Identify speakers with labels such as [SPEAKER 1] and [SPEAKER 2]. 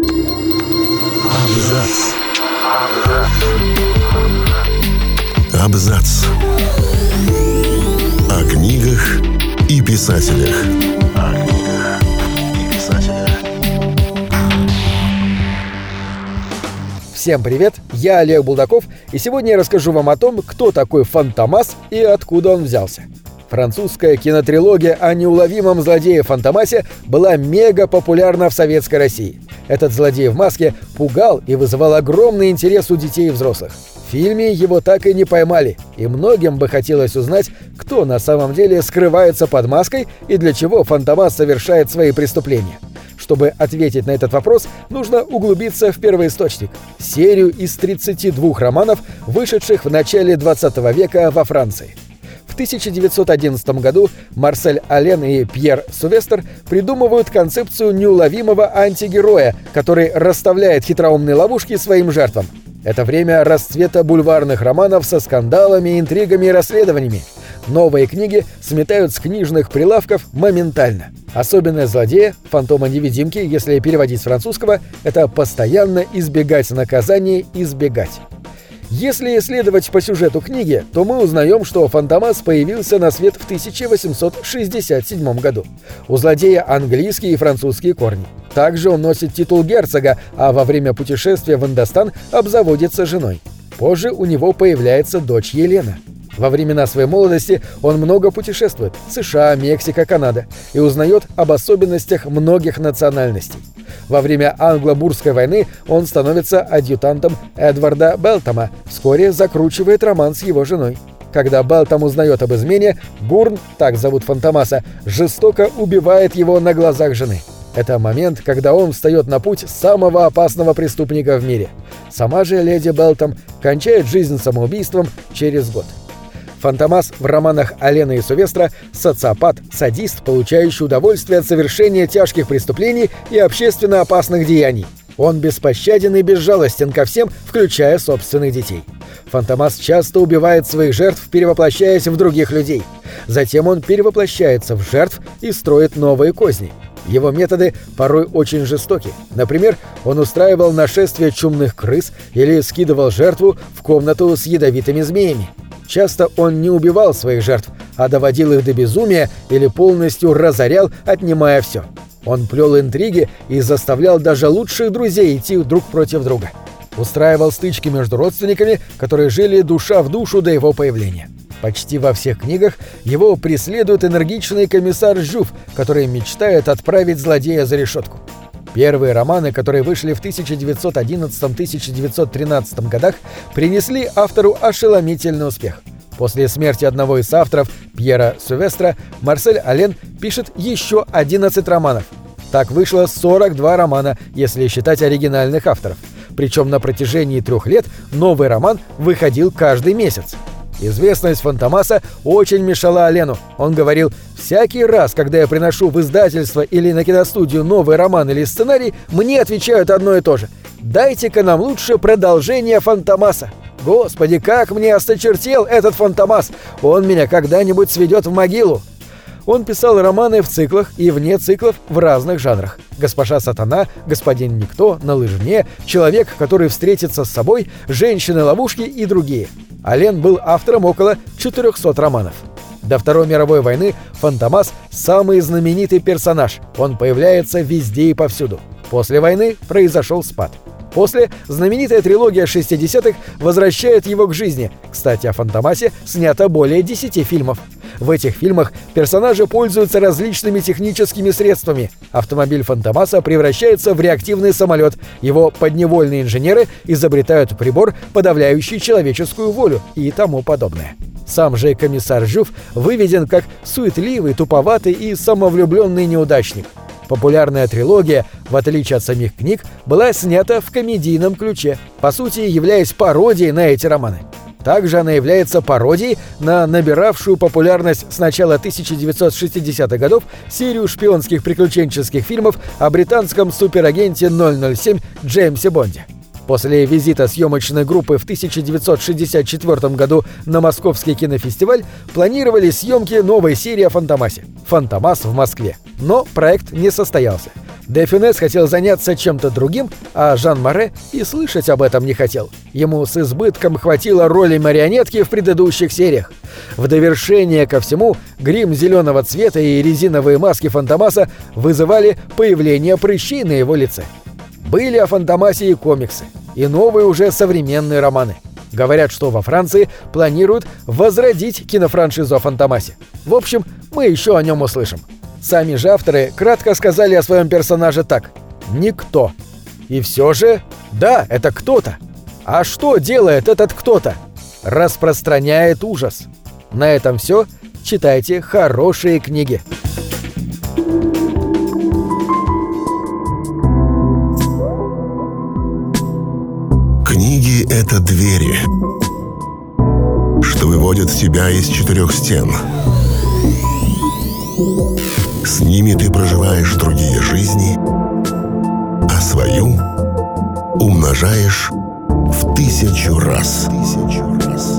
[SPEAKER 1] Абзац. Абзац. О книгах и писателях.
[SPEAKER 2] Всем привет, я Олег Булдаков, и сегодня я расскажу вам о том, кто такой Фантомас и откуда он взялся. Французская кинотрилогия о неуловимом злодее Фантомасе была мега популярна в Советской России. Этот злодей в маске пугал и вызывал огромный интерес у детей и взрослых. В фильме его так и не поймали, и многим бы хотелось узнать, кто на самом деле скрывается под маской и для чего Фантомас совершает свои преступления. Чтобы ответить на этот вопрос, нужно углубиться в первоисточник – серию из 32 романов, вышедших в начале 20 века во Франции. В 1911 году Марсель Аллен и Пьер Сувестр придумывают концепцию неуловимого антигероя, который расставляет хитроумные ловушки своим жертвам. Это время расцвета бульварных романов со скандалами, интригами и расследованиями. Новые книги сметают с книжных прилавков моментально. Особенность злодея, фантома-невидимки, если переводить с французского, это постоянно избегать наказания, избегать. Если исследовать по сюжету книги, то мы узнаем, что Фантомас появился на свет в 1867 году. У злодея английские и французские корни. Также он носит титул герцога, а во время путешествия в Индостан обзаводится женой. Позже у него появляется дочь Елена. Во времена своей молодости он много путешествует – США, Мексика, Канада – и узнает об особенностях многих национальностей. Во время Англо-Бурской войны он становится адъютантом Эдварда Белтома, вскоре закручивает роман с его женой. Когда Белтом узнает об измене, Гурн, так зовут Фантомаса, жестоко убивает его на глазах жены. Это момент, когда он встает на путь самого опасного преступника в мире. Сама же леди Белтом кончает жизнь самоубийством через год. Фантомас в романах Аллена и Сувестра – социопат, садист, получающий удовольствие от совершения тяжких преступлений и общественно опасных деяний. Он беспощаден и безжалостен ко всем, включая собственных детей. Фантомас часто убивает своих жертв, перевоплощаясь в других людей. Затем он перевоплощается в жертв и строит новые козни. Его методы порой очень жестоки. Например, он устраивал нашествие чумных крыс или скидывал жертву в комнату с ядовитыми змеями. Часто он не убивал своих жертв, а доводил их до безумия или полностью разорял, отнимая все. Он плел интриги и заставлял даже лучших друзей идти друг против друга. Устраивал стычки между родственниками, которые жили душа в душу до его появления. Почти во всех книгах его преследует энергичный комиссар Жюф, который мечтает отправить злодея за решетку. Первые романы, которые вышли в 1911-1913 годах, принесли автору ошеломительный успех. После смерти одного из авторов, Пьера Сувестра, Марсель Аллен пишет еще 11 романов. Так вышло 42 романа, если считать оригинальных авторов. Причем на протяжении 3 лет новый роман выходил каждый месяц. Известность Фантомаса очень мешала Аллену. Он говорил: «Всякий раз, когда я приношу в издательство или на киностудию новый роман или сценарий, мне отвечают одно и то же: дайте-ка нам лучше продолжение Фантомаса. Господи, как мне осточертел этот Фантомас! Он меня когда-нибудь сведет в могилу». Он писал романы в циклах и вне циклов в разных жанрах. «Госпожа Сатана», «Господин Никто», «На лыжне», «Человек, который встретится с собой», «Женщины-ловушки» и другие. Аллен был автором около 400 романов. До Второй мировой войны Фантомас – самый знаменитый персонаж. Он появляется везде и повсюду. После войны произошел спад. После знаменитая трилогия 60-х возвращает его к жизни. Кстати, о Фантомасе снято более 10 фильмов. В этих фильмах персонажи пользуются различными техническими средствами. Автомобиль Фантомаса превращается в реактивный самолет. Его подневольные инженеры изобретают прибор, подавляющий человеческую волю и тому подобное. Сам же комиссар Жюф выведен как суетливый, туповатый и самовлюбленный неудачник. Популярная трилогия, в отличие от самих книг, была снята в комедийном ключе, по сути являясь пародией на эти романы. Также она является пародией на набиравшую популярность с начала 1960-х годов серию шпионских приключенческих фильмов о британском суперагенте 007 Джеймсе Бонде. После визита съемочной группы в 1964 году на Московский кинофестиваль планировали съемки новой серии о Фантомасе «Фантомас в Москве». Но проект не состоялся. Де Фюнес хотел заняться чем-то другим, а Жан Море и слышать об этом не хотел. Ему с избытком хватило роли марионетки в предыдущих сериях. В довершение ко всему, грим зеленого цвета и резиновые маски Фантомаса вызывали появление прыщей на его лице. Были о Фантомасе и комиксы, и новые уже современные романы. Говорят, что во Франции планируют возродить кинофраншизу о Фантомасе. В общем, мы еще о нем услышим. Сами же авторы кратко сказали о своем персонаже так: «Никто». И все же, да, это кто-то. А что делает этот кто-то? Распространяет ужас. На этом все. Читайте хорошие книги.
[SPEAKER 1] Книги — это двери, что выводят тебя из четырех стен. С ними ты проживаешь другие жизни, а свою умножаешь в 1000 раз.